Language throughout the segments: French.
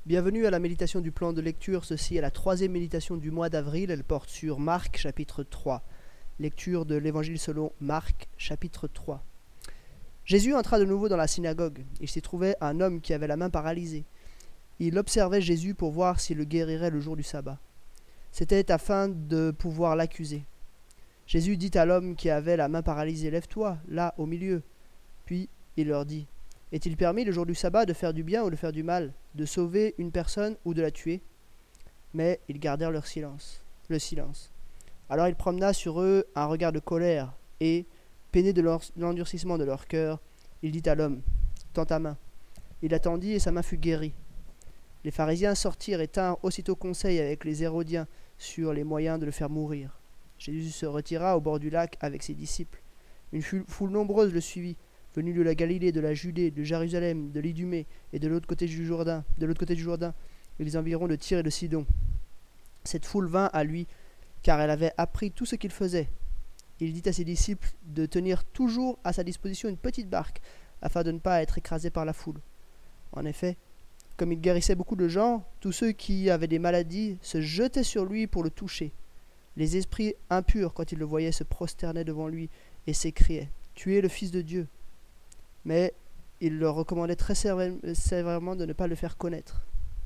Bienvenue à la méditation du plan de lecture. Ceci est la troisième méditation du mois d'avril. Elle porte sur Marc chapitre 3. Lecture de l'évangile selon Marc chapitre 3. Jésus entra de nouveau dans la synagogue. Il s'y trouvait un homme qui avait la main paralysée. Il observait Jésus pour voir s'il le guérirait le jour du sabbat. C'était afin de pouvoir l'accuser. Jésus dit à l'homme qui avait la main paralysée, « Lève-toi, là, au milieu. » Puis il leur dit, « Est-il permis le jour du sabbat de faire du bien ou de faire du mal, de sauver une personne ou de la tuer ?» Mais ils gardèrent le silence. Alors il promena sur eux un regard de colère et, peiné de l'endurcissement de leur cœur, il dit à l'homme, « Tends ta main. » Il attendit et sa main fut guérie. Les pharisiens sortirent et tinrent aussitôt conseil avec les Hérodiens sur les moyens de le faire mourir. Jésus se retira au bord du lac avec ses disciples. Une foule nombreuse le suivit, venue de la Galilée, de la Judée, de Jérusalem, de l'Idumée et de l'autre côté du Jourdain, et les environs de Tyr et de Sidon. Cette foule vint à lui, car elle avait appris tout ce qu'il faisait. Il dit à ses disciples de tenir toujours à sa disposition une petite barque, afin de ne pas être écrasés par la foule. En effet, comme il guérissait beaucoup de gens, tous ceux qui avaient des maladies se jetaient sur lui pour le toucher. Les esprits impurs, quand ils le voyaient, se prosternaient devant lui et s'écriaient « Tu es le Fils de Dieu !» Mais il leur recommandait très sévèrement de ne pas le faire connaître.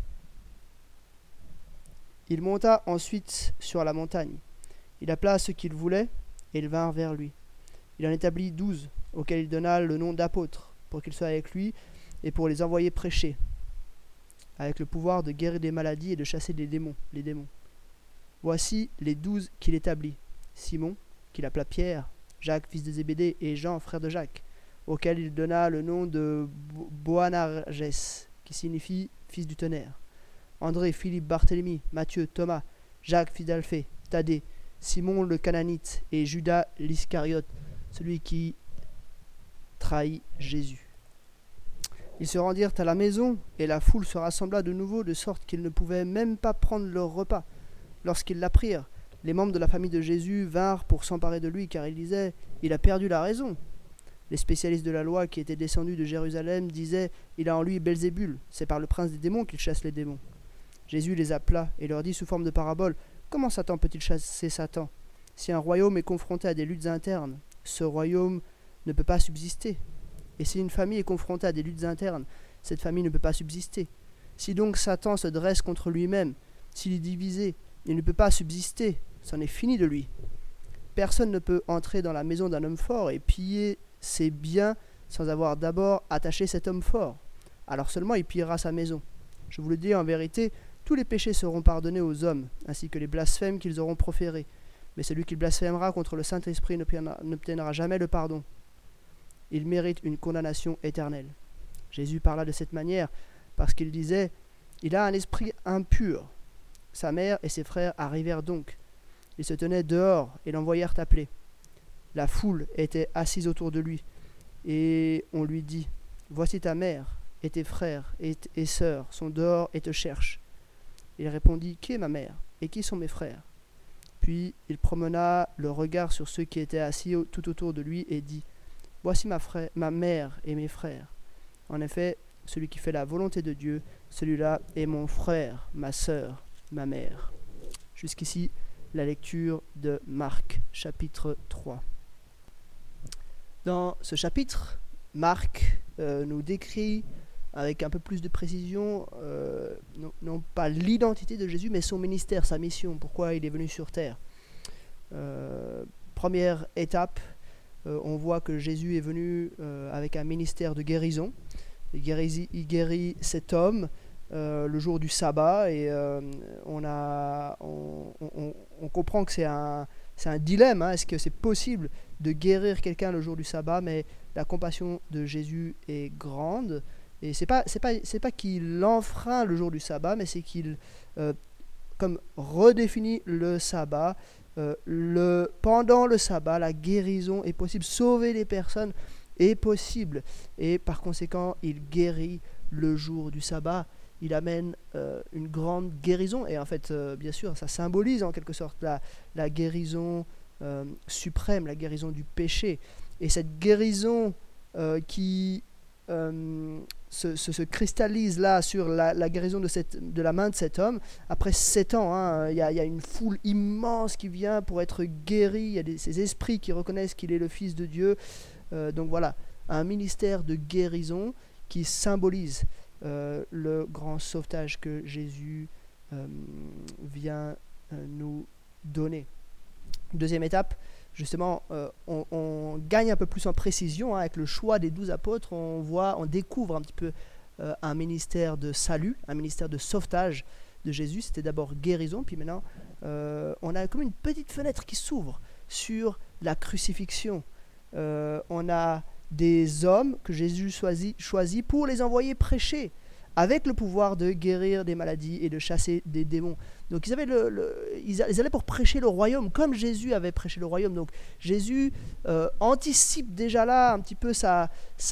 Il monta ensuite sur la montagne. Il appela ceux qu'il voulait, et ils vinrent vers lui. Il en établit 12, auxquels il donna le nom d'apôtres, pour qu'ils soient avec lui et pour les envoyer prêcher, avec le pouvoir de guérir des maladies et de chasser les démons. Voici les 12 qu'il établit. Simon, qu'il appela Pierre, Jacques, fils de Zébédée, et Jean, frère de Jacques, auquel il donna le nom de Boanerges, qui signifie fils du tonnerre. André, Philippe, Barthélemy, Matthieu, Thomas, Jacques, fils d'Alphée, Thaddée, Simon le Cananite, et Judas l'Iscariote, celui qui trahit Jésus. Ils se rendirent à la maison, et la foule se rassembla de nouveau, de sorte qu'ils ne pouvaient même pas prendre leur repas. Lorsqu'ils l'apprirent, les membres de la famille de Jésus vinrent pour s'emparer de lui, car ils disaient « Il a perdu la raison !» Les spécialistes de la loi qui étaient descendus de Jérusalem disaient « Il a en lui Belzébul, c'est par le prince des démons qu'il chasse les démons. » Jésus les appela et leur dit sous forme de parabole « Comment Satan peut-il chasser Satan ? Si un royaume est confronté à des luttes internes, ce royaume ne peut pas subsister. Et si une famille est confrontée à des luttes internes, cette famille ne peut pas subsister. Si donc Satan se dresse contre lui-même, s'il est divisé, il ne peut pas subsister, c'en est fini de lui. Personne ne peut entrer dans la maison d'un homme fort et piller ses biens sans avoir d'abord attaché cet homme fort. Alors seulement il pillera sa maison. Je vous le dis en vérité, tous les péchés seront pardonnés aux hommes, ainsi que les blasphèmes qu'ils auront proférés. Mais celui qui blasphémera contre le Saint-Esprit n'obtiendra jamais le pardon. Il mérite une condamnation éternelle. Jésus parla de cette manière parce qu'il disait « Il a un esprit impur ». Sa mère et ses frères arrivèrent donc. Ils se tenaient dehors et l'envoyèrent appeler. La foule était assise autour de lui, et on lui dit « Voici ta mère, et tes frères et sœurs sont dehors et te cherchent. » Il répondit « Qui est ma mère, et qui sont mes frères ?» Puis il promena le regard sur ceux qui étaient assis tout autour de lui et dit « Voici ma mère et mes frères. En effet, celui qui fait la volonté de Dieu, celui-là est mon frère, ma sœur, ma mère. » Jusqu'ici, la lecture de Marc, chapitre 3. Dans ce chapitre, Marc nous décrit avec un peu plus de précision, non pas l'identité de Jésus, mais son ministère, sa mission, pourquoi il est venu sur terre. Première étape, on voit que Jésus est venu avec un ministère de guérison. Il guérit cet homme le jour du sabbat, et on comprend que c'est un dilemme. Est-ce que c'est possible de guérir quelqu'un le jour du sabbat? Mais la compassion de Jésus est grande, et c'est pas qu'il enfreint le jour du sabbat, mais c'est qu'il comme redéfinit le sabbat. Pendant le sabbat, la guérison est possible, sauver les personnes est possible, et par conséquent, il guérit le jour du sabbat. Il amène une grande guérison, et en fait, bien sûr, ça symbolise en quelque sorte la guérison suprême, la guérison du péché. Et cette guérison qui se cristallise là sur la guérison de la main de cet homme. Après 7 ans, hein, il y a une foule immense qui vient pour être guérie. Il y a ces esprits qui reconnaissent qu'il est le Fils de Dieu. Donc voilà, un ministère de guérison qui symbolise le grand sauvetage que Jésus vient nous donner. Deuxième étape, justement, on gagne un peu plus en précision avec le choix des 12 apôtres. On découvre un petit peu un ministère de salut, un ministère de sauvetage de Jésus. C'était d'abord guérison, puis maintenant on a comme une petite fenêtre qui s'ouvre sur la crucifixion. On a des hommes que Jésus choisit pour les envoyer prêcher, avec le pouvoir de guérir des maladies et de chasser des démons. Donc ils allaient pour prêcher le royaume, comme Jésus avait prêché le royaume. Donc Jésus anticipe déjà là un petit peu sa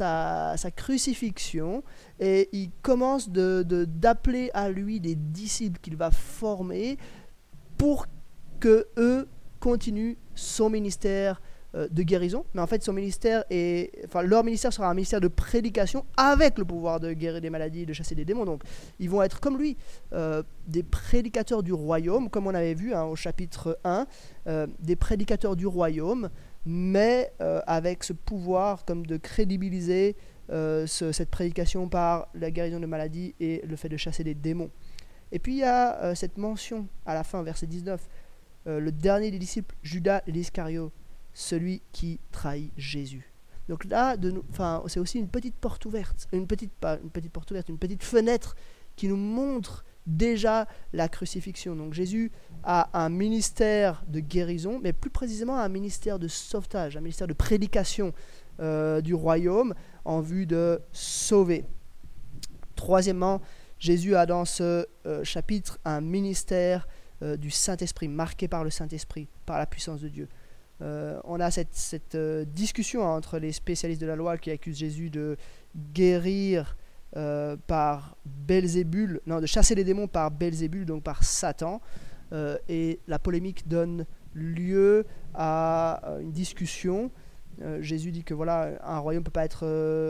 crucifixion, et il commence d'appeler à lui des disciples qu'il va former pour que eux continuent son ministère de guérison. Mais en fait leur ministère sera un ministère de prédication avec le pouvoir de guérir des maladies, de chasser des démons. Donc ils vont être comme lui, des prédicateurs du royaume, comme on avait vu au chapitre 1, des prédicateurs du royaume, mais avec ce pouvoir comme de crédibiliser cette prédication par la guérison de maladies et le fait de chasser des démons. Et puis il y a cette mention à la fin, verset 19, le dernier des disciples, Judas l'Iscariote, celui qui trahit Jésus. Donc là, c'est aussi une petite porte ouverte, une petite fenêtre qui nous montre déjà la crucifixion. Donc Jésus a un ministère de guérison, mais plus précisément un ministère de sauvetage, un ministère de prédication du royaume en vue de sauver. Troisièmement, Jésus a dans ce chapitre un ministère du Saint-Esprit, marqué par le Saint-Esprit, par la puissance de Dieu. On a cette discussion entre les spécialistes de la loi qui accusent Jésus de guérir par Belzébul, de chasser les démons par Belzébul, donc par Satan, et la polémique donne lieu à une discussion. Jésus dit que voilà, un royaume ne peut pas être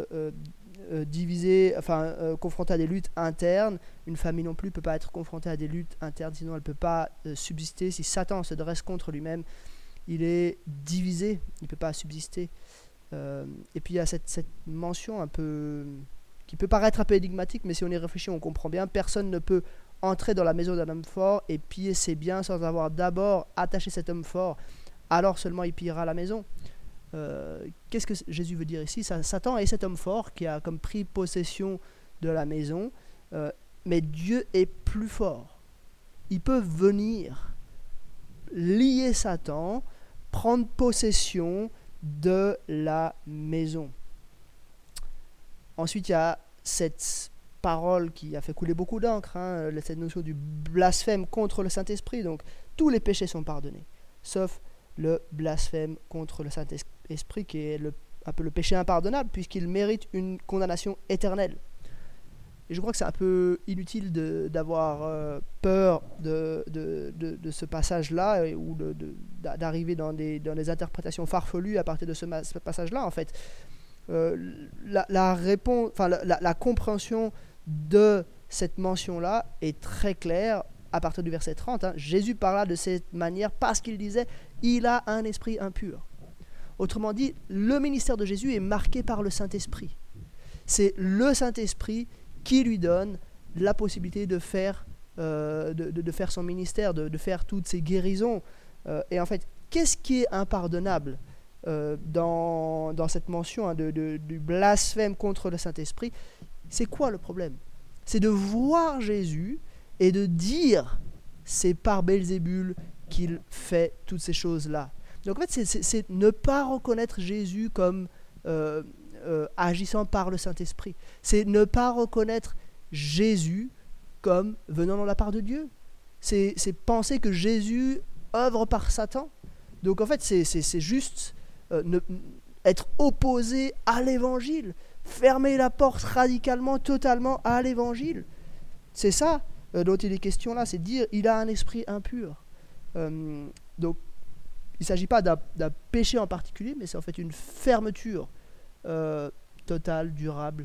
divisé, confronté à des luttes internes. Une famille non plus ne peut pas être confrontée à des luttes internes, sinon elle ne peut pas subsister. Si Satan se dresse contre lui-même, il est divisé, il ne peut pas subsister. Et puis il y a cette mention un peu qui peut paraître un peu énigmatique, mais si on y réfléchit, on comprend bien. Personne ne peut entrer dans la maison d'un homme fort et piller ses biens sans avoir d'abord attaché cet homme fort. Alors seulement il pillera la maison. Qu'est-ce que Jésus veut dire ici? Satan est cet homme fort qui a comme pris possession de la maison, mais Dieu est plus fort. Il peut venir lier Satan, prendre possession de la maison. Ensuite, il y a cette parole qui a fait couler beaucoup d'encre, cette notion du blasphème contre le Saint-Esprit. Donc, tous les péchés sont pardonnés, sauf le blasphème contre le Saint-Esprit, qui est un peu le péché impardonnable, puisqu'il mérite une condamnation éternelle. Et je crois que c'est un peu inutile d'avoir peur de ce passage-là, ou d'arriver dans des interprétations farfelues à partir de ce passage-là. En fait, la compréhension de cette mention-là est très claire à partir du verset 30. Jésus parla de cette manière parce qu'il disait « Il a un esprit impur ». Autrement dit, le ministère de Jésus est marqué par le Saint-Esprit. C'est le Saint-Esprit qui lui donne la possibilité de faire son ministère, de faire toutes ces guérisons. Et en fait, qu'est-ce qui est impardonnable dans cette mention du blasphème contre le Saint-Esprit? C'est quoi le problème? C'est de voir Jésus et de dire c'est par Belzébul qu'il fait toutes ces choses-là. Donc en fait, c'est ne pas reconnaître Jésus comme agissant par le Saint-Esprit. C'est ne pas reconnaître Jésus comme venant de la part de Dieu. C'est penser que Jésus œuvre par Satan. Donc en fait, c'est juste être opposé à l'Évangile, fermer la porte radicalement, totalement à l'Évangile. C'est ça dont il est question là, c'est dire il a un esprit impur. Donc il ne s'agit pas d'un péché en particulier, mais c'est en fait une fermeture totale, durable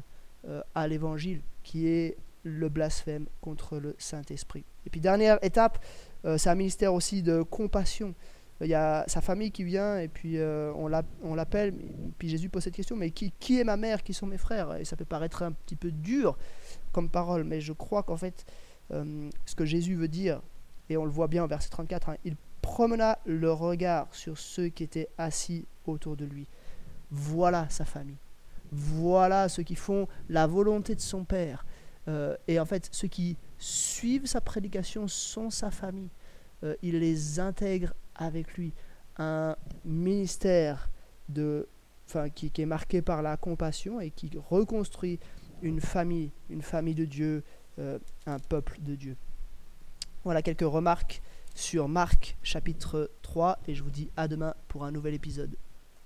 à l'évangile, qui est le blasphème contre le Saint-Esprit. Et puis dernière étape, c'est un ministère aussi de compassion. Il y a sa famille qui vient et puis on l'appelle, puis Jésus pose cette question, mais qui est ma mère, qui sont mes frères? Et ça peut paraître un petit peu dur comme parole, mais je crois qu'en fait, ce que Jésus veut dire, et on le voit bien au verset 34, il promena le regard sur ceux qui étaient assis autour de lui. Voilà sa famille. Voilà ceux qui font la volonté de son Père. Et en fait, ceux qui suivent sa prédication sont sa famille. Il les intègre avec lui. Un ministère qui est marqué par la compassion et qui reconstruit une famille de Dieu, un peuple de Dieu. Voilà quelques remarques sur Marc chapitre 3 et je vous dis à demain pour un nouvel épisode.